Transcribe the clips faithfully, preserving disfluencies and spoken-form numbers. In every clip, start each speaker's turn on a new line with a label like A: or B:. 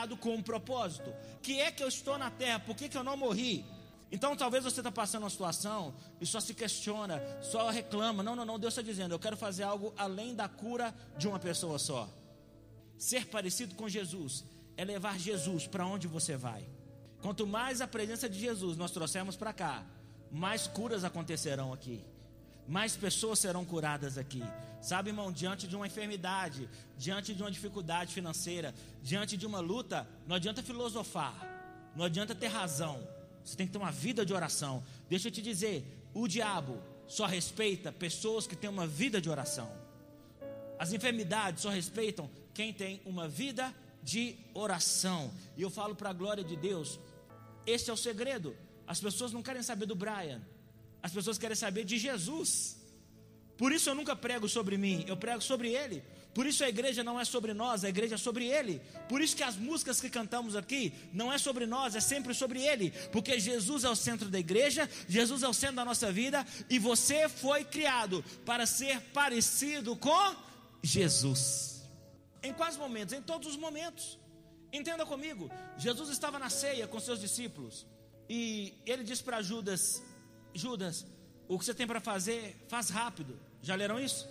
A: criado com um propósito. Que é que eu estou na terra? Por que que eu não morri? Então talvez você está passando uma situação e só se questiona, só reclama. Não, não, não, Deus está dizendo, eu quero fazer algo além da cura de uma pessoa só. Ser parecido com Jesus é levar Jesus para onde você vai. Quanto mais a presença de Jesus nós trouxermos para cá, mais curas acontecerão aqui, mais pessoas serão curadas aqui. Sabe, irmão, diante de uma enfermidade, diante de uma dificuldade financeira, diante de uma luta, não adianta filosofar, não adianta ter razão. Você tem que ter uma vida de oração. Deixa eu te dizer, o diabo só respeita pessoas que têm uma vida de oração. As enfermidades só respeitam quem tem uma vida de oração. E eu falo para a glória de Deus, este é o segredo. As pessoas não querem saber do Brian, as pessoas querem saber de Jesus. Por isso eu nunca prego sobre mim, eu prego sobre Ele. Por isso a igreja não é sobre nós, a igreja é sobre Ele. Por isso que as músicas que cantamos aqui não é sobre nós, é sempre sobre Ele. Porque Jesus é o centro da igreja, Jesus é o centro da nossa vida. E você foi criado para ser parecido com Jesus. Em quais momentos? Em todos os momentos. Entenda comigo, Jesus estava na ceia com seus discípulos e Ele disse para Judas: Judas, o que você tem para fazer, faz rápido. Já leram isso?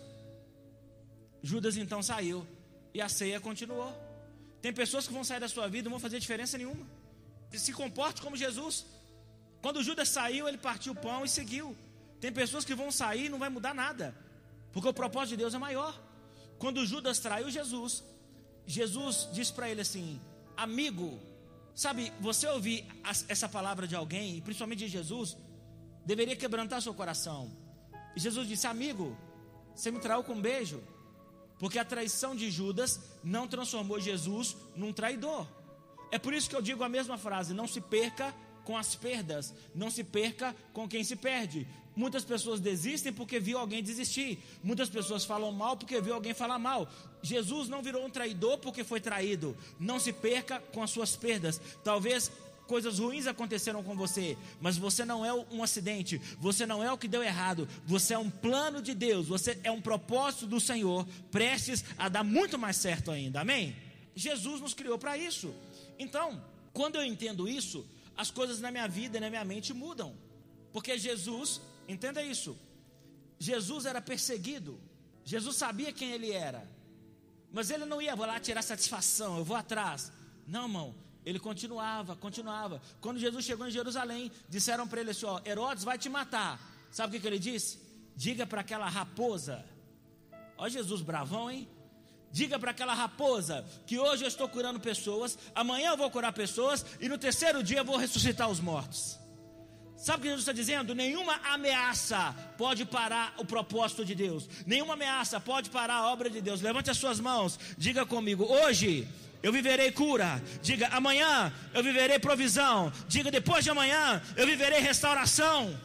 A: Judas então saiu e a ceia continuou. Tem pessoas que vão sair da sua vida e não vão fazer diferença nenhuma. Se comporte como Jesus. Quando Judas saiu, ele partiu o pão e seguiu. Tem pessoas que vão sair e não vai mudar nada, porque o propósito de Deus é maior. Quando Judas traiu Jesus, Jesus disse para ele assim: amigo. Sabe, você ouvir essa palavra de alguém, principalmente de Jesus, deveria quebrantar seu coração. E Jesus disse: amigo, você me traiu com um beijo. Porque a traição de Judas não transformou Jesus num traidor. É por isso que eu digo a mesma frase: não se perca com as perdas, não se perca com quem se perde. Muitas pessoas desistem porque viu alguém desistir. Muitas pessoas falam mal porque viu alguém falar mal. Jesus não virou um traidor porque foi traído. Não se perca com as suas perdas. Talvez coisas ruins aconteceram com você, mas você não é um acidente, você não é o que deu errado, você é um plano de Deus, você é um propósito do Senhor, prestes a dar muito mais certo ainda, amém? Jesus nos criou para isso. Então, quando eu entendo isso, as coisas na minha vida e na minha mente mudam. Porque Jesus, entenda isso, Jesus era perseguido, Jesus sabia quem Ele era, mas Ele não ia, vou lá tirar satisfação, eu vou atrás. Não, irmão, Ele continuava, continuava. Quando Jesus chegou em Jerusalém, disseram para ele assim: ó, Herodes vai te matar. Sabe o que, que ele disse? Diga para aquela raposa, ó Jesus bravão, hein? Diga para aquela raposa que hoje eu estou curando pessoas, amanhã eu vou curar pessoas e no terceiro dia eu vou ressuscitar os mortos. Sabe o que Jesus está dizendo? Nenhuma ameaça pode parar o propósito de Deus. Nenhuma ameaça pode parar a obra de Deus. Levante as suas mãos, diga comigo: hoje eu viverei cura. Diga: amanhã eu viverei provisão. Diga: depois de amanhã eu viverei restauração.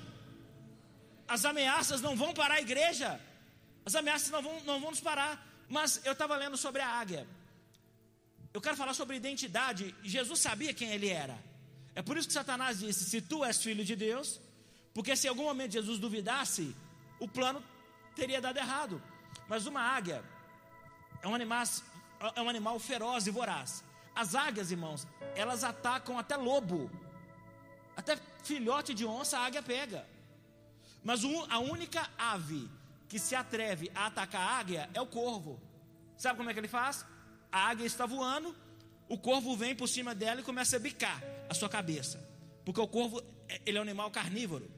A: As ameaças não vão parar a igreja. As ameaças não vão, não vão nos parar. Mas eu estava lendo sobre a águia. Eu quero falar sobre identidade. Jesus sabia quem Ele era. É por isso que Satanás disse: se tu és filho de Deus, porque se em algum momento Jesus duvidasse, o plano teria dado errado. Mas uma águia é um animal, é um animal feroz e voraz. As águias, irmãos, elas atacam até lobo, até filhote de onça a águia pega. Mas a única ave que se atreve a atacar a águia é o corvo. Sabe como é que ele faz? A águia está voando, o corvo vem por cima dela e começa a bicar a sua cabeça, porque o corvo, ele é um animal carnívoro.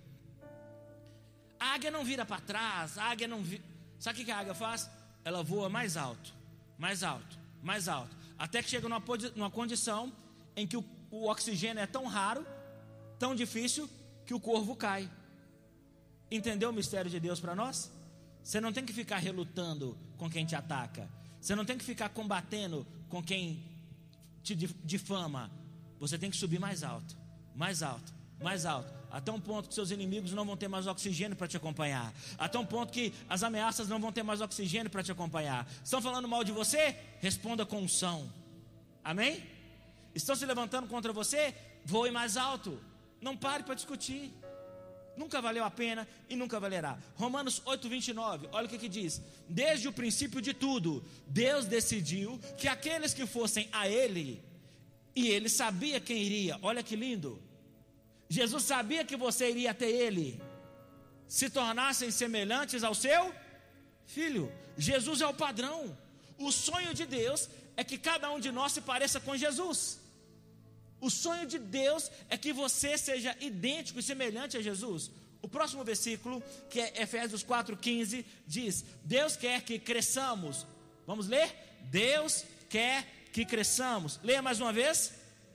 A: A águia não vira para trás, a águia não vira. Sabe o que a águia faz? Ela voa mais alto, mais alto, mais alto, até que chega numa, numa condição em que o, o oxigênio é tão raro, tão difícil, que o corvo cai. Entendeu o mistério de Deus para nós? Você não tem que ficar relutando com quem te ataca. Você não tem que ficar combatendo com quem te difama. Você tem que subir mais alto, mais alto, mais alto, até um ponto que seus inimigos não vão ter mais oxigênio para te acompanhar, até um ponto que as ameaças não vão ter mais oxigênio para te acompanhar. Estão falando mal de você? Responda com unção. Amém? Estão se levantando contra você? Voe mais alto. Não pare para discutir. Nunca valeu a pena e nunca valerá. Romanos oito, vinte e nove, olha o que que diz: desde o princípio de tudo, Deus decidiu que aqueles que fossem a Ele E ele sabia quem iria. Olha que lindo. Jesus sabia que você iria até ele. Se tornassem semelhantes ao seu filho. Jesus é o padrão. O sonho de Deus é que cada um de nós se pareça com Jesus. O sonho de Deus é que você seja idêntico e semelhante a Jesus. O próximo versículo, que é Efésios quatro, quinze, diz: Deus quer que cresçamos. Vamos ler? Deus quer que cresçamos. Leia mais uma vez.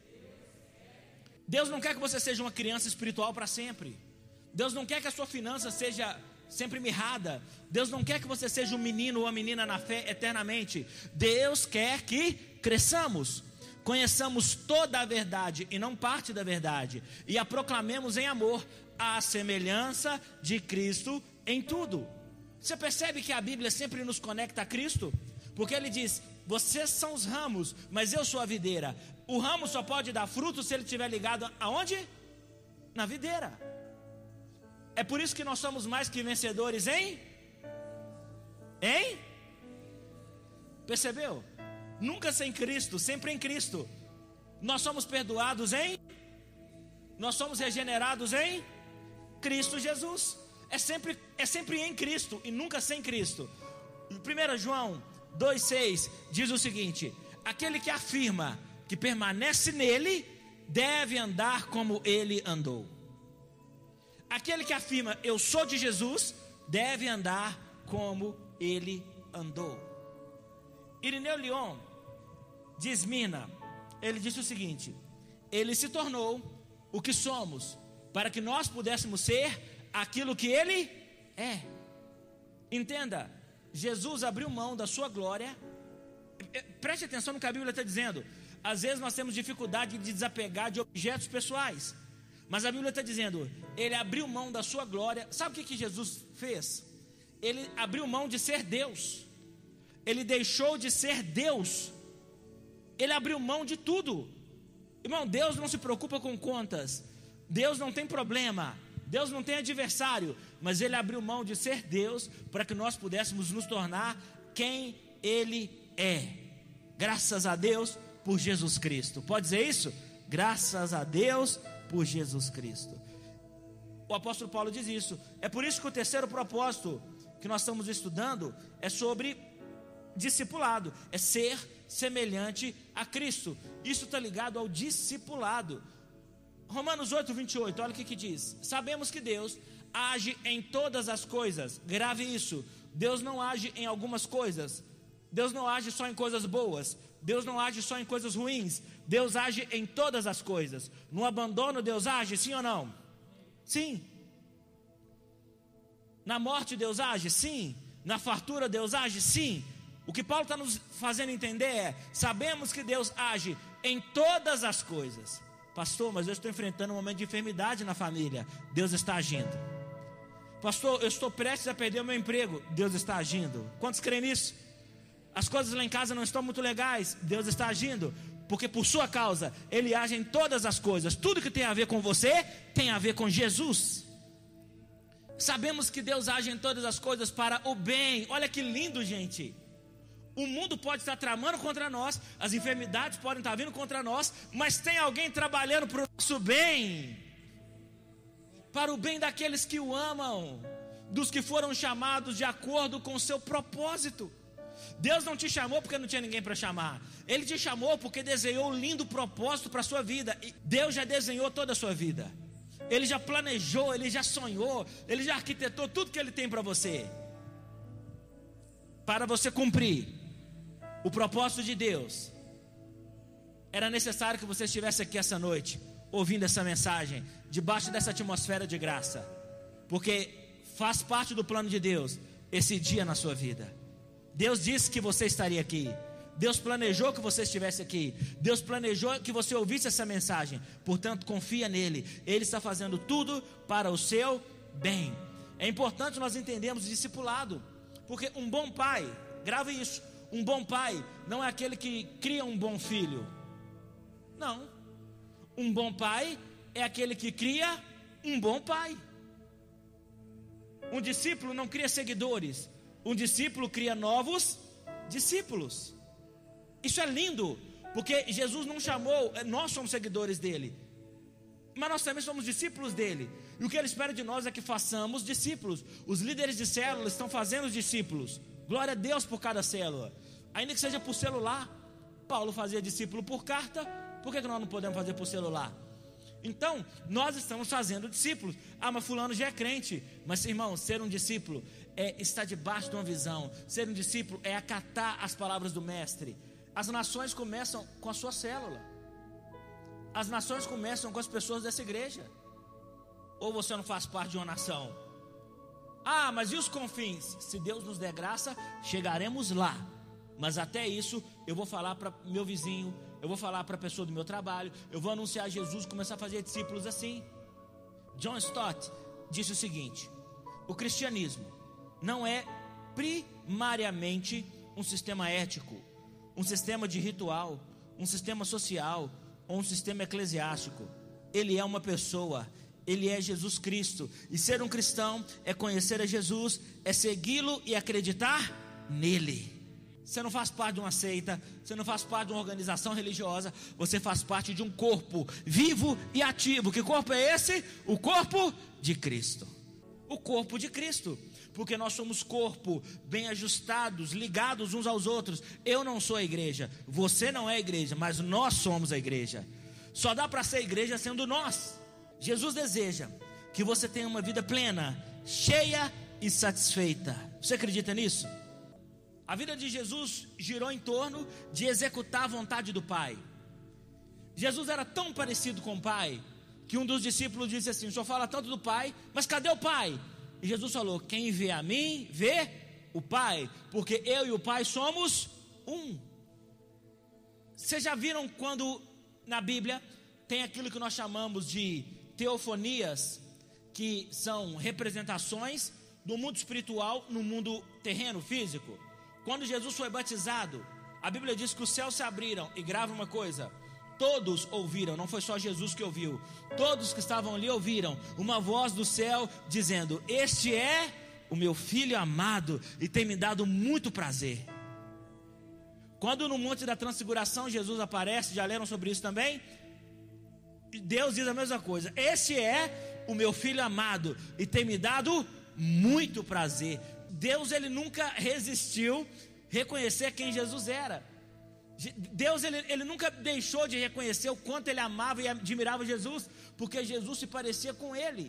A: Deus não quer que você seja uma criança espiritual para sempre. Deus não quer que a sua finança seja sempre mirrada. Deus não quer que você seja um menino ou uma menina na fé eternamente. Deus quer que cresçamos, conheçamos toda a verdade e não parte da verdade, e a proclamemos em amor, à semelhança de Cristo em tudo. Você percebe que a Bíblia sempre nos conecta a Cristo? Porque ele diz: vocês são os ramos, mas eu sou a videira. O ramo só pode dar fruto se ele estiver ligado aonde? Na videira. É por isso que nós somos mais que vencedores em? Em? Percebeu? Nunca sem Cristo, sempre em Cristo. Nós somos perdoados em? Nós somos regenerados em? Cristo Jesus. É sempre, é sempre em Cristo e nunca sem Cristo. primeiro João dois, seis diz o seguinte: aquele que afirma que permanece nele deve andar como ele andou. Aquele que afirma eu sou de Jesus deve andar como ele andou. Irineu Lyon diz Mina, ele disse o seguinte: ele se tornou o que somos para que nós pudéssemos ser aquilo que ele é. Entenda, Jesus abriu mão da sua glória. Preste atenção no que a Bíblia está dizendo. Às vezes nós temos dificuldade de desapegar de objetos pessoais, mas a Bíblia está dizendo, ele abriu mão da sua glória. Sabe o que, que Jesus fez? Ele abriu mão de ser Deus. Ele deixou de ser Deus. Ele abriu mão de tudo. Irmão, Deus não se preocupa com contas. Deus não tem problema. Deus não tem adversário. Mas ele abriu mão de ser Deus para que nós pudéssemos nos tornar quem ele é. Graças a Deus por Jesus Cristo. Pode dizer isso? Graças a Deus por Jesus Cristo. O apóstolo Paulo diz isso. É por isso que o terceiro propósito que nós estamos estudando é sobre discipulado, é ser semelhante a Cristo. Isso está ligado ao discipulado. Romanos oito, vinte e oito, olha o que, que diz: sabemos que Deus age em todas as coisas. Grave isso: Deus não age em algumas coisas. Deus não age só em coisas boas. Deus não age só em coisas ruins. Deus age em todas as coisas. No abandono Deus age, sim ou não? Sim. Na morte Deus age? Sim. Na fartura Deus age? Sim. O que Paulo está nos fazendo entender é: sabemos que Deus age em todas as coisas. Pastor, mas eu estou enfrentando um momento de enfermidade na família. Deus está agindo. Pastor, eu estou prestes a perder o meu emprego. Deus está agindo. Quantos creem nisso? As coisas lá em casa não estão muito legais. Deus está agindo. Porque por sua causa Ele age em todas as coisas. Tudo que tem a ver com você tem a ver com Jesus. Sabemos que Deus age em todas as coisas para o bem. Olha que lindo, gente. O mundo pode estar tramando contra nós, as enfermidades podem estar vindo contra nós, mas tem alguém trabalhando para o nosso bem, para o bem daqueles que o amam, dos que foram chamados de acordo com o seu propósito. Deus não te chamou porque não tinha ninguém para chamar. Ele te chamou porque desenhou um lindo propósito para a sua vida. E Deus já desenhou toda a sua vida. Ele já planejou, Ele já sonhou, Ele já arquitetou tudo que Ele tem para você. Para você cumprir o propósito de Deus, era necessário que você estivesse aqui essa noite, ouvindo essa mensagem, debaixo dessa atmosfera de graça, porque faz parte do plano de Deus esse dia na sua vida. Deus disse que você estaria aqui. Deus planejou que você estivesse aqui. Deus planejou que você ouvisse essa mensagem. Portanto, confia nele. Ele está fazendo tudo para o seu bem. É importante nós entendermos o discipulado, porque um bom pai, grave isso, um bom pai não é aquele que cria um bom filho. Não. Um bom pai é aquele que cria um bom pai. Um discípulo não cria seguidores. Um discípulo cria novos discípulos. Isso é lindo. Porque Jesus não chamou, nós somos seguidores dele, mas nós também somos discípulos dele. E o que ele espera de nós é que façamos discípulos. Os líderes de célula estão fazendo os discípulos. Glória a Deus por cada célula. Ainda que seja por celular. Paulo fazia discípulo por carta. Por que nós não podemos fazer por celular? Então, nós estamos fazendo discípulos. Ah, mas fulano já é crente. Mas, irmão, ser um discípulo é estar debaixo de uma visão. Ser um discípulo é acatar as palavras do mestre. As nações começam com a sua célula. As nações começam com as pessoas dessa igreja. Ou você não faz parte de uma nação? Ah, mas e os confins? Se Deus nos der graça, chegaremos lá. Mas até isso, eu vou falar para meu vizinho, eu vou falar para a pessoa do meu trabalho, eu vou anunciar Jesus e começar a fazer discípulos assim. John Stott disse o seguinte: o cristianismo não é primariamente um sistema ético, um sistema de ritual, um sistema social ou um sistema eclesiástico. Ele é uma pessoa. Ele é Jesus Cristo. E ser um cristão é conhecer a Jesus, é segui-lo e acreditar nele. Você não faz parte de uma seita, você não faz parte de uma organização religiosa, você faz parte de um corpo vivo e ativo. Que corpo é esse? O corpo de Cristo. O corpo de Cristo. Porque nós somos corpo, bem ajustados, ligados uns aos outros. Eu não sou a igreja, você não é a igreja, mas nós somos a igreja. Só dá para ser igreja sendo nós. Jesus deseja que você tenha uma vida plena, cheia e satisfeita. Você acredita nisso? A vida de Jesus girou em torno de executar a vontade do Pai. Jesus era tão parecido com o Pai que um dos discípulos disse assim: o senhor fala tanto do Pai, mas cadê o Pai? E Jesus falou: quem vê a mim, vê o Pai, porque eu e o Pai somos um. Vocês já viram quando na Bíblia tem aquilo que nós chamamos de teofonias, que são representações do mundo espiritual no mundo terreno, físico? Quando Jesus foi batizado, a Bíblia diz que os céus se abriram. E grava uma coisa: todos ouviram, não foi só Jesus que ouviu, todos que estavam ali ouviram uma voz do céu dizendo: este é o meu filho amado e tem me dado muito prazer. Quando no monte da transfiguração Jesus aparece, já leram sobre isso também? Deus diz a mesma coisa: este é o meu filho amado e tem me dado muito prazer. Deus, ele nunca resistiu reconhecer quem Jesus era. Deus, ele, ele nunca deixou de reconhecer o quanto ele amava e admirava Jesus, porque Jesus se parecia com ele.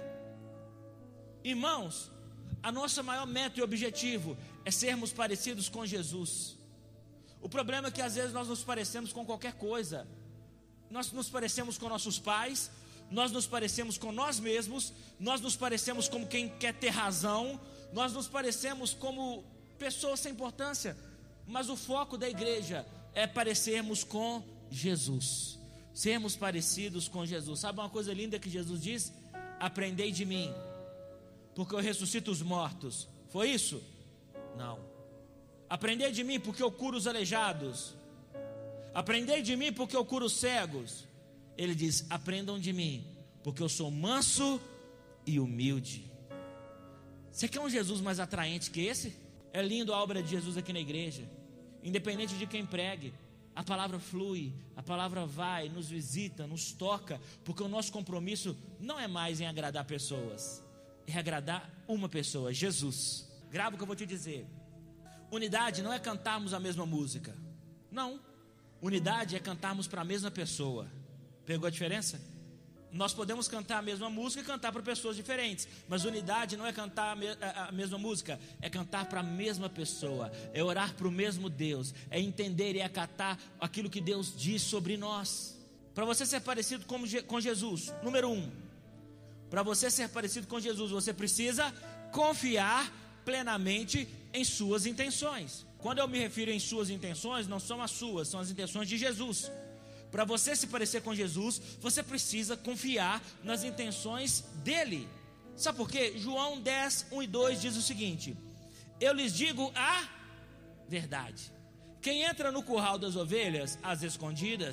A: Irmãos, a nossa maior meta e objetivo é sermos parecidos com Jesus. O problema é que às vezes nós nos parecemos com qualquer coisa. Nós nos parecemos com nossos pais, nós nos parecemos com nós mesmos, nós nos parecemos como quem quer ter razão, nós nos parecemos como pessoas sem importância. Mas o foco da igreja é parecermos com Jesus, sermos parecidos com Jesus. Sabe uma coisa linda que Jesus diz? Aprendei de mim, porque eu ressuscito os mortos. Foi isso? Não. Aprendei de mim, porque eu curo os aleijados. Aprendei de mim, porque eu curo os cegos. Ele diz: aprendam de mim, porque eu sou manso e humilde. Você quer um Jesus mais atraente que esse? É lindo a obra de Jesus aqui na igreja. Independente de quem pregue, a palavra flui, a palavra vai, nos visita, nos toca, porque o nosso compromisso não é mais em agradar pessoas, é agradar uma pessoa, Jesus. Grava o que eu vou te dizer. Unidade não é cantarmos a mesma música. Não. Unidade é cantarmos para a mesma pessoa. Pegou a diferença? Nós podemos cantar a mesma música e cantar para pessoas diferentes, mas unidade não é cantar a, me, a, a mesma música, é cantar para a mesma pessoa, é orar para o mesmo Deus, é entender e acatar aquilo que Deus diz sobre nós. Para você ser parecido com, com Jesus, número um, para você ser parecido com Jesus, você precisa confiar plenamente em suas intenções. Quando eu me refiro em suas intenções, não são as suas, são as intenções de Jesus. Para você se parecer com Jesus, você precisa confiar nas intenções dele. Sabe por quê? João dez, um e dois diz o seguinte: eu lhes digo a verdade. Quem entra no curral das ovelhas, às escondidas,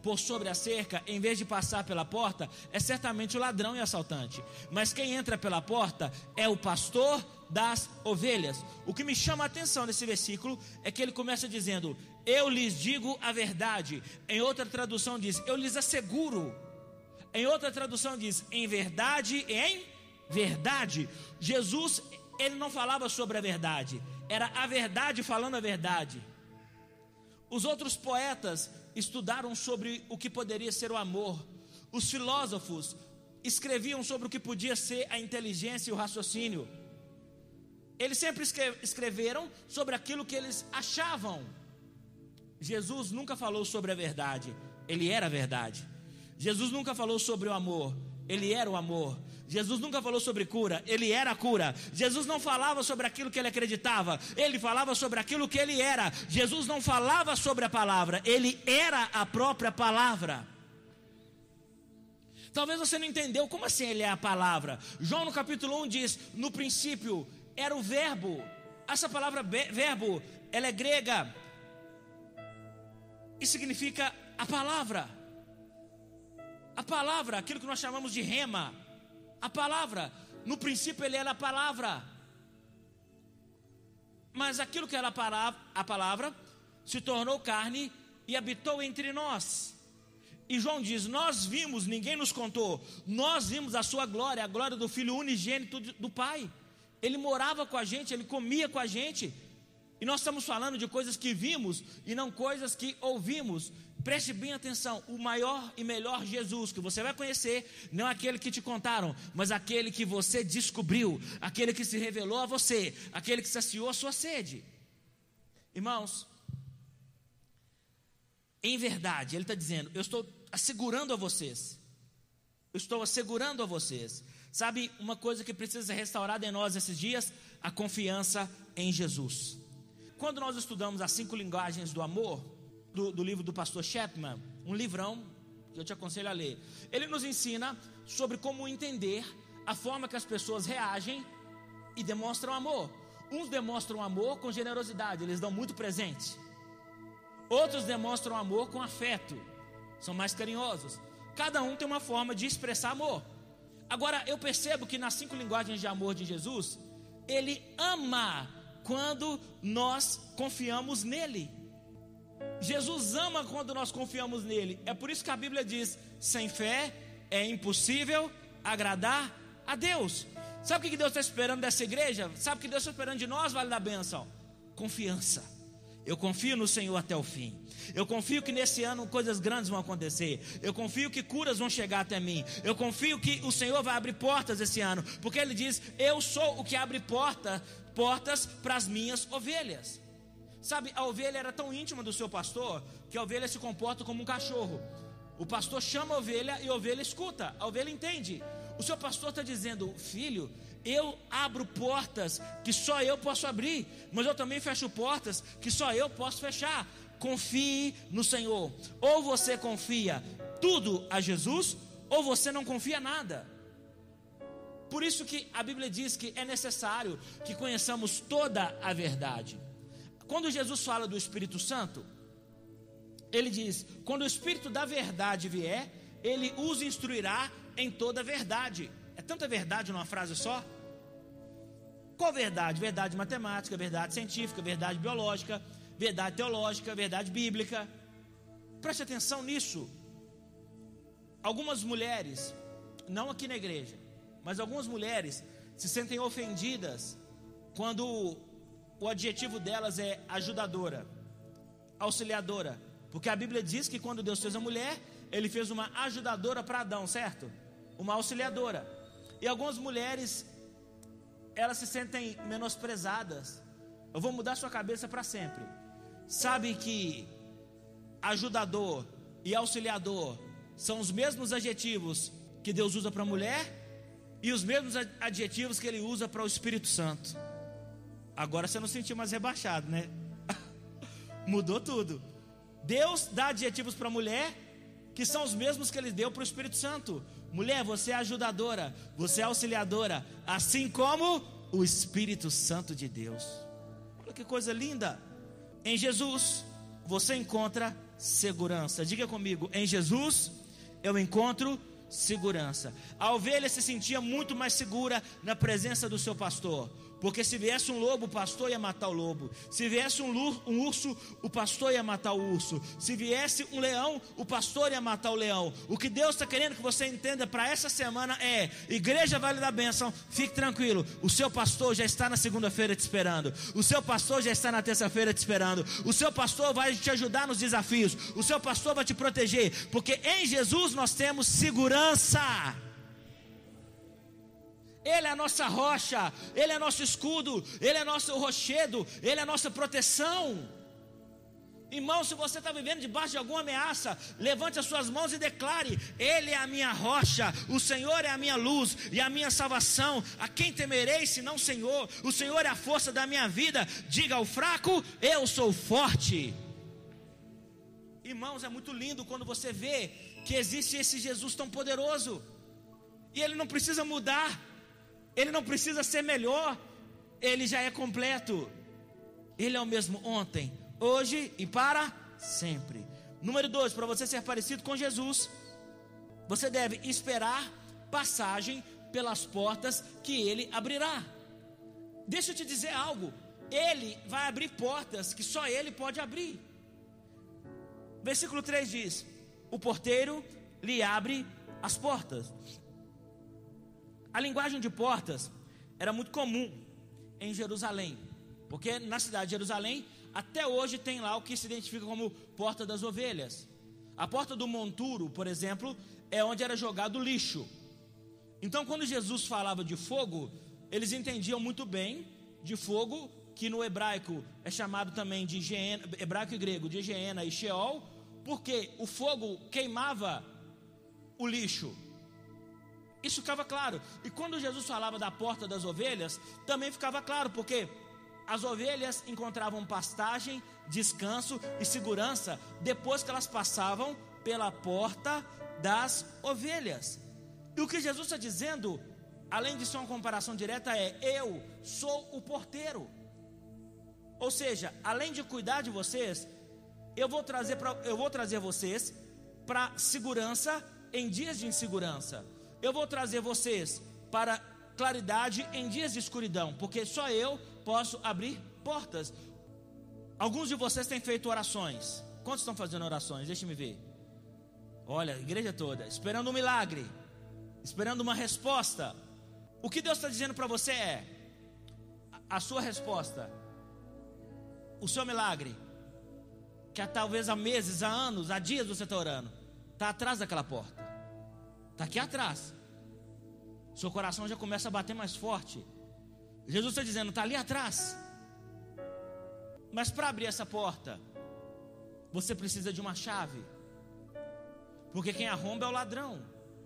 A: por sobre a cerca, em vez de passar pela porta, é certamente o ladrão e assaltante. Mas quem entra pela porta é o pastor das ovelhas. O que me chama a atenção nesse versículo é que ele começa dizendo: eu lhes digo a verdade. Em outra tradução diz: eu lhes asseguro. Em outra tradução diz: em verdade, em verdade. Jesus, ele não falava sobre a verdade, era a verdade falando a verdade. Os outros poetas estudaram sobre o que poderia ser o amor. Os filósofos escreviam sobre o que podia ser a inteligência e o raciocínio. Eles sempre escreveram sobre aquilo que eles achavam. Jesus nunca falou sobre a verdade, ele era a verdade. Jesus nunca falou sobre o amor, ele era o amor. Jesus nunca falou sobre cura, ele era a cura. Jesus não falava sobre aquilo que ele acreditava, ele falava sobre aquilo que ele era. Jesus não falava sobre a palavra, ele era a própria palavra. Talvez você não entendeu, como assim ele é a palavra? João no capítulo um diz: no princípio era o verbo. Essa palavra verbo, ela é grega e significa a palavra. A palavra, aquilo que nós chamamos de rema. A palavra, no princípio ele era a palavra. Mas aquilo que era a palavra, a palavra se tornou carne e habitou entre nós. E João diz: nós vimos, ninguém nos contou, nós vimos a sua glória, a glória do Filho unigênito do Pai. Ele morava com a gente, ele comia com a gente. E nós estamos falando de coisas que vimos e não coisas que ouvimos. Preste bem atenção: o maior e melhor Jesus que você vai conhecer não é aquele que te contaram, mas aquele que você descobriu, aquele que se revelou a você, aquele que saciou a sua sede. Irmãos, em verdade, ele está dizendo: eu estou assegurando a vocês, eu estou assegurando a vocês. Sabe uma coisa que precisa ser restaurada em nós esses dias? A confiança em Jesus. Quando nós estudamos as cinco linguagens do amor, do, do livro do pastor Chapman, um livrão que eu te aconselho a ler, ele nos ensina sobre como entender a forma que as pessoas reagem e demonstram amor. Uns demonstram amor com generosidade, eles dão muito presente. Outros demonstram amor com afeto, são mais carinhosos. Cada um tem uma forma de expressar amor. Agora, eu percebo que nas cinco linguagens de amor de Jesus, ele ama quando nós confiamos nele. Jesus ama quando nós confiamos nele. É por isso que a Bíblia diz: sem fé é impossível agradar a Deus. Sabe o que Deus está esperando dessa igreja? Sabe o que Deus está esperando de nós, Vale da Bênção? Confiança. Eu confio no Senhor até o fim. Eu confio que nesse ano coisas grandes vão acontecer. Eu confio que curas vão chegar até mim. Eu confio que o Senhor vai abrir portas esse ano, porque Ele diz: eu sou o que abre porta, portas para as minhas ovelhas. Sabe, a ovelha era tão íntima do seu pastor que a ovelha se comporta como um cachorro. O pastor chama a ovelha e a ovelha escuta, a ovelha entende. O seu pastor está dizendo: filho, eu abro portas que só eu posso abrir, mas eu também fecho portas que só eu posso fechar. Confie no Senhor. Ou você confia tudo a Jesus, ou você não confia nada. Por isso que a Bíblia diz que é necessário que conheçamos toda a verdade. Quando Jesus fala do Espírito Santo, ele diz: quando o Espírito da verdade vier, ele os instruirá em toda a verdade. É tanta verdade numa frase só. Qual verdade? Verdade matemática, verdade científica, verdade biológica, verdade teológica, verdade bíblica. Preste atenção nisso. Algumas mulheres, não aqui na igreja, mas algumas mulheres se sentem ofendidas quando o adjetivo delas é ajudadora, auxiliadora, porque a Bíblia diz que quando Deus fez a mulher, Ele fez uma ajudadora para Adão, certo? Uma auxiliadora. E algumas mulheres, elas se sentem menosprezadas. Eu vou mudar sua cabeça para sempre. Sabe que ajudador e auxiliador são os mesmos adjetivos que Deus usa para a mulher e os mesmos adjetivos que Ele usa para o Espírito Santo. Agora você não se sentiu mais rebaixado, né? Mudou tudo. Deus dá adjetivos para a mulher que são os mesmos que Ele deu para o Espírito Santo. Mulher, você é ajudadora, você é auxiliadora, assim como o Espírito Santo de Deus. Olha que coisa linda. Em Jesus você encontra segurança. Diga comigo: em Jesus eu encontro segurança. A ovelha se sentia muito mais segura na presença do seu pastor, porque se viesse um lobo, o pastor ia matar o lobo. Se viesse um, lu- um urso, o pastor ia matar o urso. Se viesse um leão, o pastor ia matar o leão. O que Deus está querendo que você entenda para essa semana é: Igreja Vale da Bênção, fique tranquilo, o seu pastor já está na segunda-feira te esperando. O seu pastor já está na terça-feira te esperando. O seu pastor vai te ajudar nos desafios. O seu pastor vai te proteger, porque em Jesus nós temos segurança. Ele é a nossa rocha, Ele é nosso escudo, Ele é nosso rochedo, Ele é nossa proteção. Irmão, se você está vivendo debaixo de alguma ameaça, levante as suas mãos e declare: Ele é a minha rocha, o Senhor é a minha luz e a minha salvação. A quem temerei senão o Senhor? O Senhor é a força da minha vida. Diga ao fraco: eu sou forte. Irmãos, é muito lindo quando você vê que existe esse Jesus tão poderoso, e Ele não precisa mudar, Ele não precisa ser melhor, Ele já é completo. Ele é o mesmo ontem, hoje e para sempre. Número dois, para você ser parecido com Jesus, você deve esperar passagem pelas portas que Ele abrirá. Deixa eu te dizer algo: Ele vai abrir portas que só Ele pode abrir. Versículo três diz: o porteiro lhe abre as portas. A linguagem de portas era muito comum em Jerusalém, porque na cidade de Jerusalém até hoje tem lá o que se identifica como Porta das Ovelhas. A Porta do Monturo, por exemplo, é onde era jogado lixo. Então, quando Jesus falava de fogo, eles entendiam muito bem de fogo, que no hebraico é chamado também de Geena, hebraico e grego, de Geena e Sheol, porque o fogo queimava o lixo. Isso ficava claro. E quando Jesus falava da porta das ovelhas, também ficava claro, porque as ovelhas encontravam pastagem, descanso e segurança depois que elas passavam pela porta das ovelhas. E o que Jesus está dizendo, além de ser uma comparação direta, é: eu sou o porteiro. Ou seja, além de cuidar de vocês, eu vou trazer, pra, eu vou trazer vocês para segurança em dias de insegurança. Eu vou trazer vocês para claridade em dias de escuridão, porque só eu posso abrir portas. Alguns de vocês têm feito orações. Quantos estão fazendo orações? Deixa-me ver. Olha, a igreja toda, esperando um milagre, esperando uma resposta. O que Deus está dizendo para você é: a sua resposta, o seu milagre, que há talvez há meses, há anos, há dias você está orando, está atrás daquela porta, está aqui atrás. Seu coração já começa a bater mais forte. Jesus está dizendo: está ali atrás. Mas para abrir essa porta, você precisa de uma chave, porque quem arromba é o ladrão.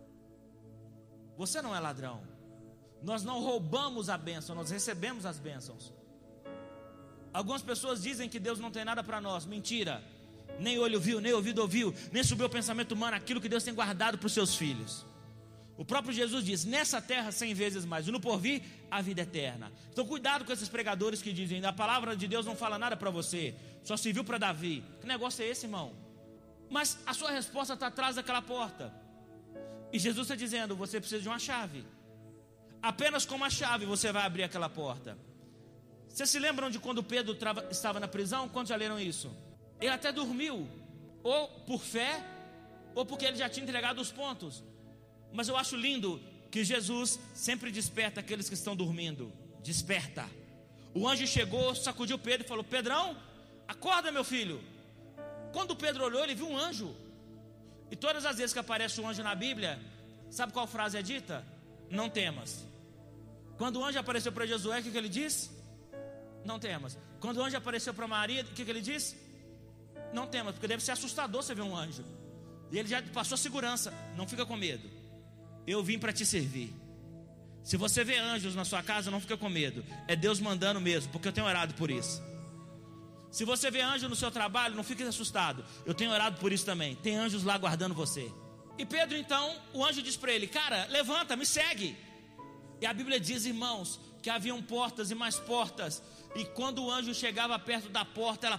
A: Você não é ladrão. Nós não roubamos a bênção, nós recebemos as bênçãos. Algumas pessoas dizem que Deus não tem nada para nós. Mentira. Nem olho viu, nem ouvido ouviu, nem subiu ao pensamento humano aquilo que Deus tem guardado para os seus filhos. O próprio Jesus diz: nessa terra cem vezes mais, e no porvir a vida eterna. Então cuidado com esses pregadores que dizem: a palavra de Deus não fala nada para você, só serviu para Davi. Que negócio é esse, irmão? Mas a sua resposta está atrás daquela porta. E Jesus está dizendo: você precisa de uma chave. Apenas com uma chave você vai abrir aquela porta. Vocês se lembram de quando Pedro trava, estava na prisão? Quantos já leram isso? Ele até dormiu, ou por fé, ou porque ele já tinha entregado os pontos. Mas eu acho lindo que Jesus sempre desperta aqueles que estão dormindo. Desperta. O anjo chegou, sacudiu Pedro e falou: Pedrão, acorda, meu filho. Quando Pedro olhou, ele viu um anjo. E todas as vezes que aparece um anjo na Bíblia, sabe qual frase é dita? Não temas. Quando o anjo apareceu para Josué, o que, que ele diz? Não temas. Quando o anjo apareceu para Maria, o que, que ele diz? Não temas, porque deve ser assustador você ver um anjo. E ele já passou segurança. Não fica com medo. Eu vim para te servir. Se você vê anjos na sua casa, não fica com medo. É Deus mandando mesmo, porque eu tenho orado por isso. Se você vê anjo no seu trabalho, não fique assustado. Eu tenho orado por isso também. Tem anjos lá guardando você. E Pedro então, o anjo diz para ele: cara, levanta, me segue. E a Bíblia diz, irmãos, que haviam portas e mais portas. E quando o anjo chegava perto da porta, ela pá,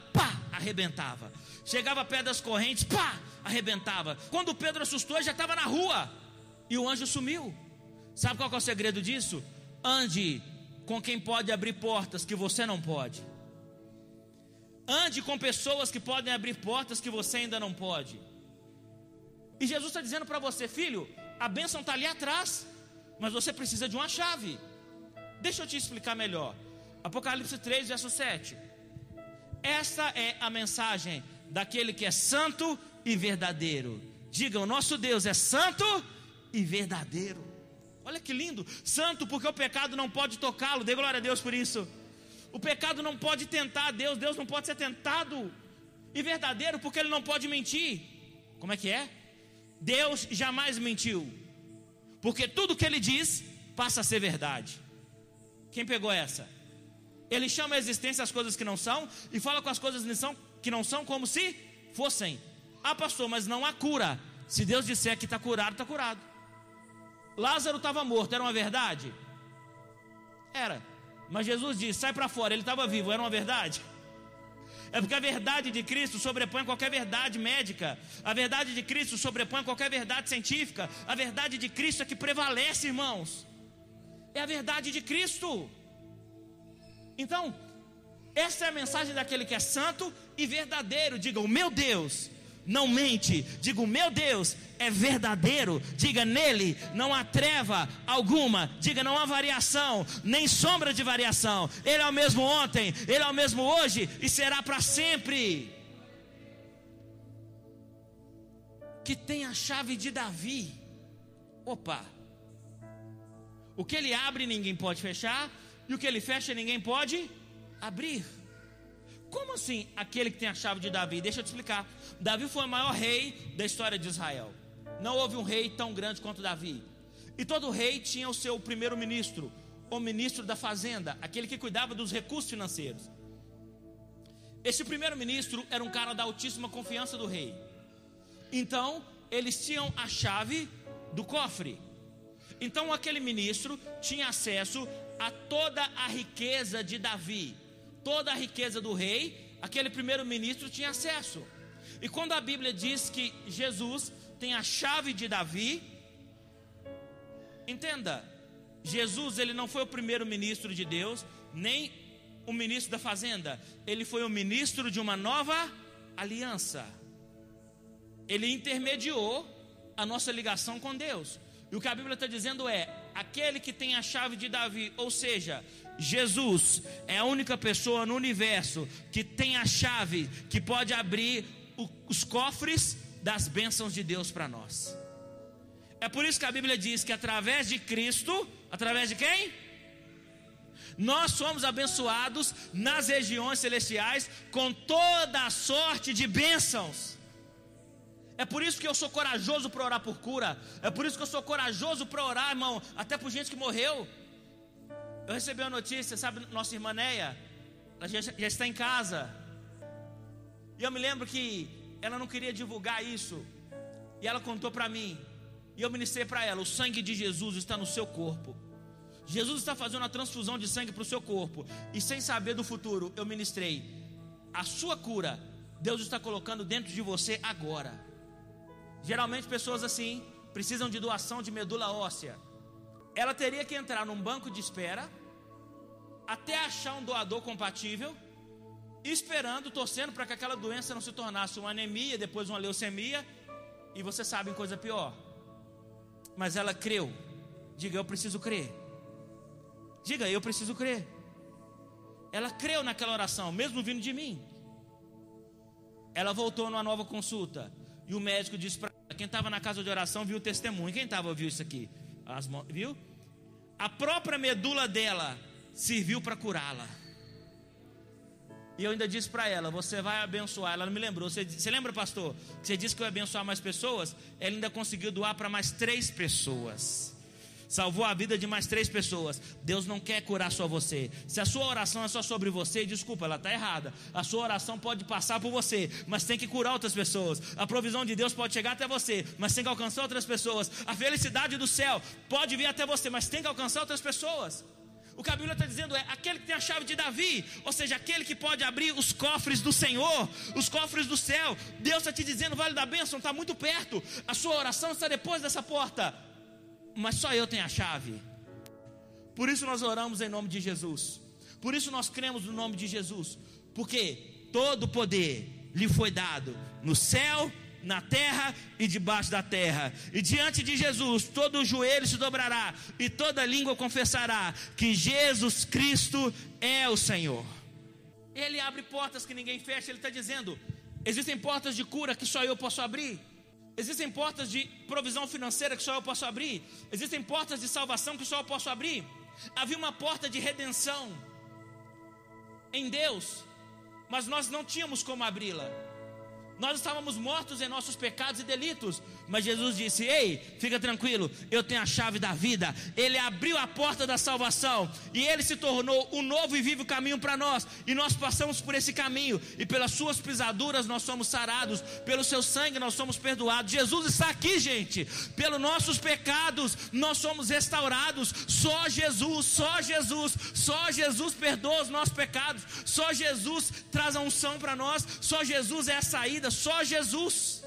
A: arrebentava. Chegava perto das correntes, pá, arrebentava. Quando Pedro assustou, ele já estava na rua e o anjo sumiu. Sabe qual que é o segredo disso? Ande com quem pode abrir portas que você não pode. Ande com pessoas que podem abrir portas que você ainda não pode. E Jesus está dizendo para você: filho, a bênção está ali atrás, mas você precisa de uma chave. Deixa eu te explicar melhor. Apocalipse três, verso sete. Esta é a mensagem daquele que é santo e verdadeiro. Diga: o nosso Deus é santo e verdadeiro. Olha que lindo. Santo porque o pecado não pode tocá-lo. Dê glória a Deus por isso. O pecado não pode tentar Deus, Deus não pode ser tentado. E verdadeiro porque Ele não pode mentir. Como é que é? Deus jamais mentiu, porque tudo que Ele diz passa a ser verdade. Quem pegou essa? Ele chama a existência as coisas que não são e fala com as coisas que não são como se fossem. Ah, pastor, mas não há cura. Se Deus disser que está curado, está curado. Lázaro estava morto, era uma verdade? Era. Mas Jesus disse: sai para fora, ele estava vivo, era uma verdade? É porque a verdade de Cristo sobrepõe qualquer verdade médica. A verdade de Cristo sobrepõe qualquer verdade científica. A verdade de Cristo é que prevalece, irmãos. É a verdade de Cristo. Então, essa é a mensagem daquele que é santo e verdadeiro. Diga: o meu Deus não mente. Diga: o meu Deus é verdadeiro. Diga: nele não há treva alguma. Diga: não há variação, nem sombra de variação. Ele é o mesmo ontem, Ele é o mesmo hoje e será para sempre. Que tem a chave de Davi. Opa! O que Ele abre ninguém pode fechar, e o que Ele fecha ninguém pode abrir. Como assim aquele que tem a chave de Davi? Deixa eu te explicar. Davi foi o maior rei da história de Israel. Não houve um rei tão grande quanto Davi. E todo rei tinha o seu primeiro ministro, o ministro da fazenda, aquele que cuidava dos recursos financeiros. Esse primeiro ministro era um cara da altíssima confiança do rei. Então eles tinham a chave do cofre. Então aquele ministro tinha acesso a toda a riqueza de Davi. Toda a riqueza do rei, aquele primeiro ministro tinha acesso. E quando a Bíblia diz que Jesus tem a chave de Davi, entenda, Jesus ele não foi o primeiro ministro de Deus, nem o ministro da fazenda. Ele foi o ministro de uma nova aliança. Ele intermediou a nossa ligação com Deus. E o que a Bíblia está dizendo é: aquele que tem a chave de Davi, ou seja, Jesus é a única pessoa no universo que tem a chave, que pode abrir o, os cofres das bênçãos de Deus para nós. É por isso que a Bíblia diz que através de Cristo, através de quem? Nós somos abençoados nas regiões celestiais com toda a sorte de bênçãos. É por isso que eu sou corajoso para orar por cura. É por isso que eu sou corajoso para orar, irmão, até por gente que morreu. Eu recebi uma notícia, sabe, nossa irmã Neia, ela já, já está em casa. E eu me lembro que ela não queria divulgar isso. E ela contou para mim. E eu ministrei para ela: o sangue de Jesus está no seu corpo. Jesus está fazendo uma transfusão de sangue para o seu corpo. E sem saber do futuro, eu ministrei: a sua cura, Deus está colocando dentro de você agora. Geralmente pessoas assim precisam de doação de medula óssea. Ela teria que entrar num banco de espera até achar um doador compatível, esperando, torcendo para que aquela doença não se tornasse uma anemia, depois uma leucemia, e você sabe, coisa pior. Mas ela creu. Diga: eu preciso crer. Diga: eu preciso crer. Ela creu naquela oração, mesmo vindo de mim. Ela voltou numa nova consulta e o médico disse para ela: quem estava na casa de oração viu o testemunho. Quem estava viu isso aqui? As mãos, viu? A própria medula dela serviu para curá-la. E eu ainda disse para ela: você vai abençoar. Ela não me lembrou. Você, você lembra, pastor, que você disse que eu ia abençoar mais pessoas? Ela ainda conseguiu doar para mais três pessoas. Salvou a vida de mais três pessoas. Deus não quer curar só você. Se a sua oração é só sobre você, desculpa, ela está errada. A sua oração pode passar por você, mas tem que curar outras pessoas. A provisão de Deus pode chegar até você, mas tem que alcançar outras pessoas. A felicidade do céu pode vir até você, mas tem que alcançar outras pessoas. O que a Bíblia está dizendo é aquele que tem a chave de Davi, ou seja, aquele que pode abrir os cofres do Senhor, os cofres do céu. Deus está te dizendo, o vale da bênção está muito perto, a sua oração está depois dessa porta, mas só eu tenho a chave. Por isso nós oramos em nome de Jesus, por isso nós cremos no nome de Jesus, porque todo o poder lhe foi dado no céu, na terra e debaixo da terra. E diante de Jesus todo joelho se dobrará e toda língua confessará que Jesus Cristo é o Senhor. Ele abre portas que ninguém fecha. Ele está dizendo, existem portas de cura que só eu posso abrir, existem portas de provisão financeira que só eu posso abrir, existem portas de salvação que só eu posso abrir. Havia uma porta de redenção em Deus, mas nós não tínhamos como abri-la. Nós estávamos mortos em nossos pecados e delitos, mas Jesus disse, ei, fica tranquilo, eu tenho a chave da vida. Ele abriu a porta da salvação, e Ele se tornou o novo e vivo caminho para nós, e nós passamos por esse caminho, e pelas suas pisaduras nós somos sarados, pelo seu sangue nós somos perdoados. Jesus está aqui, gente, pelos nossos pecados nós somos restaurados. Só Jesus, só Jesus, só Jesus perdoa os nossos pecados, só Jesus traz a unção para nós, só Jesus é a saída, só Jesus.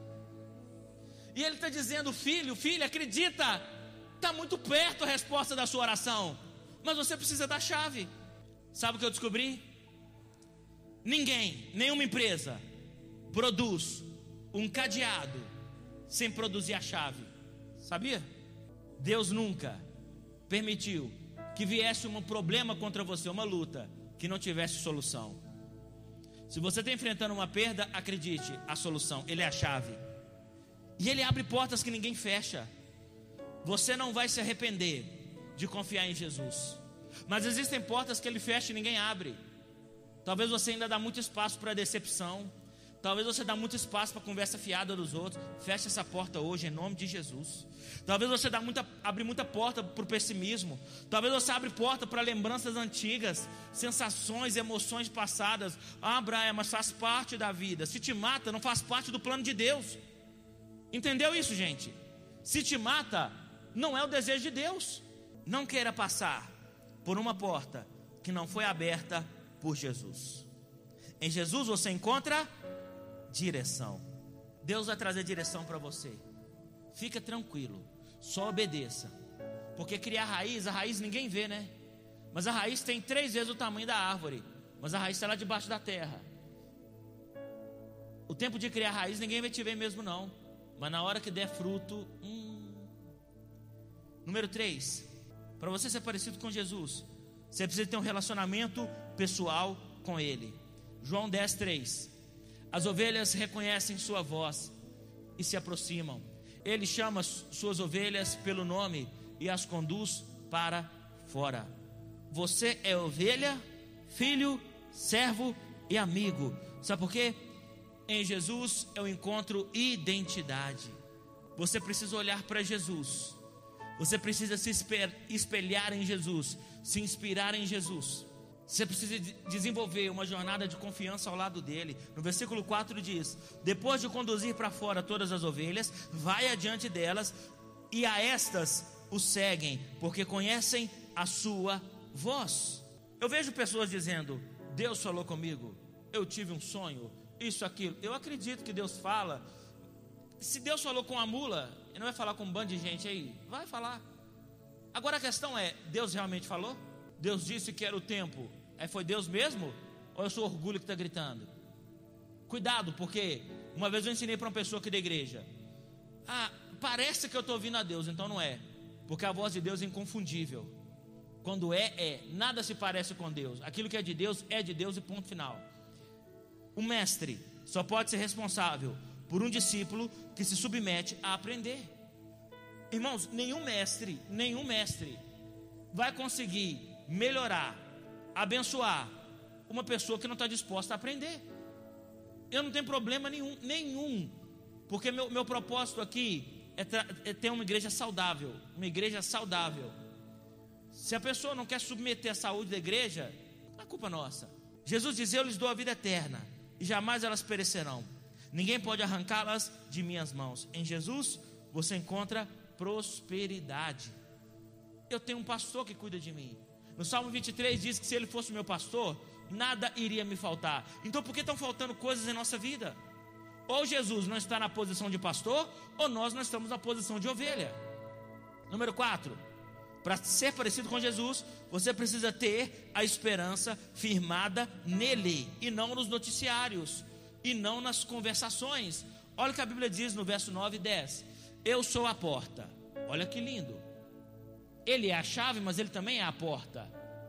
A: E Ele está dizendo, filho, filha, acredita, está muito perto a resposta da sua oração, mas você precisa da chave. Sabe o que eu descobri? Ninguém, nenhuma empresa produz um cadeado sem produzir a chave. Sabia? Deus nunca permitiu que viesse um problema contra você, uma luta, que não tivesse solução. Se você está enfrentando uma perda, acredite, a solução, Ele é a chave. E Ele abre portas que ninguém fecha. Você não vai se arrepender de confiar em Jesus. Mas existem portas que Ele fecha e ninguém abre. Talvez você ainda dá muito espaço para decepção. Talvez você dá muito espaço para conversa fiada dos outros. Feche essa porta hoje em nome de Jesus. Talvez você dá muita, abre muita porta para o pessimismo. Talvez você abre porta para lembranças antigas, sensações, emoções passadas. Ah, Brian, mas faz parte da vida. Se te mata, não faz parte do plano de Deus. Entendeu isso, gente? Se te mata, não é o desejo de Deus. Não queira passar por uma porta que não foi aberta por Jesus. Em Jesus você encontra direção. Deus vai trazer direção para você. Fica tranquilo, só obedeça. Porque criar raiz, a raiz ninguém vê, né? Mas a raiz tem três vezes o tamanho da árvore, mas a raiz está lá debaixo da terra. O tempo de criar raiz ninguém vai te ver mesmo não, mas na hora que der fruto, hum. Número três, para você ser parecido com Jesus, você precisa ter um relacionamento pessoal com Ele. João dez, três. As ovelhas reconhecem sua voz e se aproximam. Ele chama suas ovelhas pelo nome e as conduz para fora. Você é ovelha, filho, servo e amigo. Sabe por quê? Em Jesus eu encontro identidade. Você precisa olhar para Jesus. Você precisa se espelhar em Jesus, se inspirar em Jesus. Você precisa desenvolver uma jornada de confiança ao lado dele. No versículo quatro diz: depois de conduzir para fora todas as ovelhas, vai adiante delas, e a estas o seguem, porque conhecem a sua voz. Eu vejo pessoas dizendo: Deus falou comigo, eu tive um sonho, isso, aquilo. Eu acredito que Deus fala. Se Deus falou com a mula, Ele não vai falar com um bando de gente aí? Vai falar. Agora a questão é, Deus realmente falou? Deus disse que era o tempo, é, foi Deus mesmo? Ou é o seu orgulho que está gritando? Cuidado, porque uma vez eu ensinei para uma pessoa aqui da igreja: ah, parece que eu estou ouvindo a Deus, então não é, porque a voz de Deus é inconfundível. Quando é, é, nada se parece com Deus. Aquilo que é de Deus, é de Deus e ponto final. O mestre só pode ser responsável por um discípulo que se submete a aprender. Irmãos, nenhum mestre, nenhum mestre vai conseguir melhorar, abençoar uma pessoa que não está disposta a aprender. Eu não tenho problema nenhum, nenhum, porque meu, meu propósito aqui é, tra- é ter uma igreja saudável, uma igreja saudável. Se a pessoa não quer submeter a saúde da igreja, não é culpa nossa. Jesus diz: eu lhes dou a vida eterna, e jamais elas perecerão. Ninguém pode arrancá-las de minhas mãos. Em Jesus você encontra prosperidade. Eu tenho um pastor que cuida de mim. No Salmo vinte e três diz que se Ele fosse o meu pastor, nada iria me faltar. Então por que estão faltando coisas em nossa vida? Ou Jesus não está na posição de pastor, ou nós não estamos na posição de ovelha. Número quatro, para ser parecido com Jesus, você precisa ter a esperança firmada nele, e não nos noticiários, e não nas conversações. Olha o que a Bíblia diz no verso nove e dez. Eu sou a porta. Olha que lindo. Ele é a chave, mas ele também é a porta.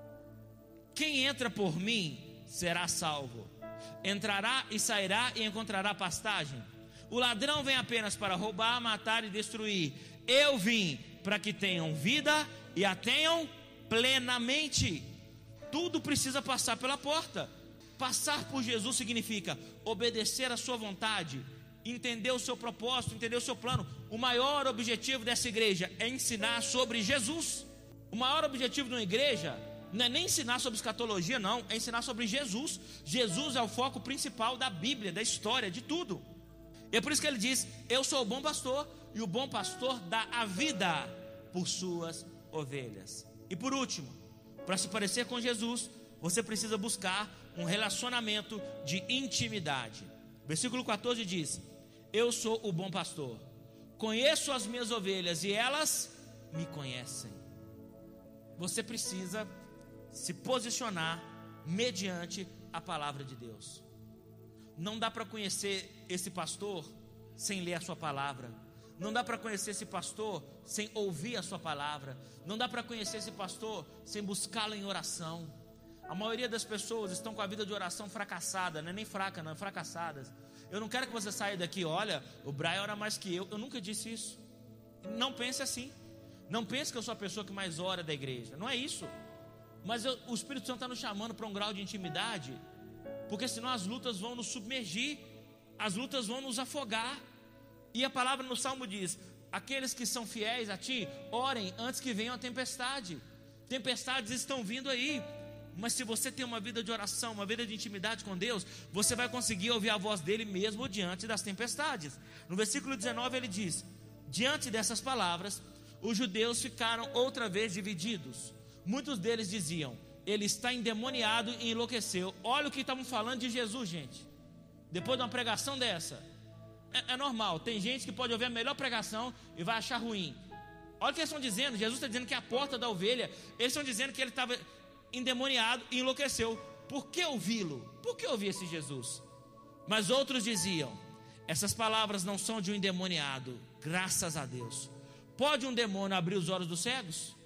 A: Quem entra por mim será salvo. Entrará e sairá e encontrará pastagem. O ladrão vem apenas para roubar, matar e destruir. Eu vim para que tenham vida e a tenham plenamente. Tudo precisa passar pela porta. Passar por Jesus significa obedecer à sua vontade, entender o seu propósito, entender o seu plano. O maior objetivo dessa igreja é ensinar sobre Jesus. O maior objetivo de uma igreja não é nem ensinar sobre escatologia, não, é ensinar sobre Jesus. Jesus é o foco principal da Bíblia, da história, de tudo. E é por isso que ele diz: eu sou o bom pastor, e o bom pastor dá a vida por suas ovelhas. E por último, para se parecer com Jesus, você precisa buscar um relacionamento de intimidade. Versículo quatorze diz: eu sou o bom pastor, conheço as minhas ovelhas e elas me conhecem. Você precisa se posicionar mediante a palavra de Deus. Não dá para conhecer esse pastor sem ler a sua palavra. Não dá para conhecer esse pastor sem ouvir a sua palavra. Não dá para conhecer esse pastor sem buscá-lo em oração. A maioria das pessoas estão com a vida de oração fracassada, não é nem fraca, não, é fracassadas. Eu não quero que você saia daqui, olha, o Brian ora mais que eu. Eu nunca disse isso. Não pense assim. Não pense que eu sou a pessoa que mais ora da igreja. Não é isso. Mas eu, o Espírito Santo está nos chamando para um grau de intimidade, porque senão as lutas vão nos submergir, as lutas vão nos afogar. E a palavra no Salmo diz: aqueles que são fiéis a ti, orem antes que venha a tempestade. Tempestades estão vindo aí. Mas se você tem uma vida de oração, uma vida de intimidade com Deus, você vai conseguir ouvir a voz dele mesmo diante das tempestades. No versículo dezenove ele diz: diante dessas palavras, os judeus ficaram outra vez divididos. Muitos deles diziam: ele está endemoniado e enlouqueceu. Olha o que estavam falando de Jesus, gente. Depois de uma pregação dessa, é, é normal, tem gente que pode ouvir a melhor pregação e vai achar ruim. Olha o que eles estão dizendo. Jesus está dizendo que é a porta da ovelha. Eles estão dizendo que ele estava endemoniado e enlouqueceu. Por que ouvi-lo? Por que ouvir esse Jesus? Mas outros diziam: essas palavras não são de um endemoniado. Graças a Deus. Pode um demônio abrir os olhos dos cegos?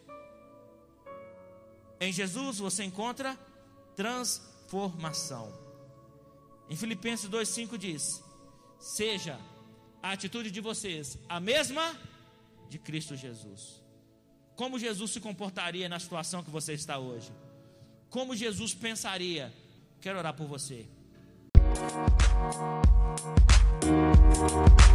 A: Em Jesus você encontra transformação. Em Filipenses dois, cinco diz: seja a atitude de vocês a mesma de Cristo Jesus. Como Jesus se comportaria na situação que você está hoje? Como Jesus pensaria? Quero orar por você.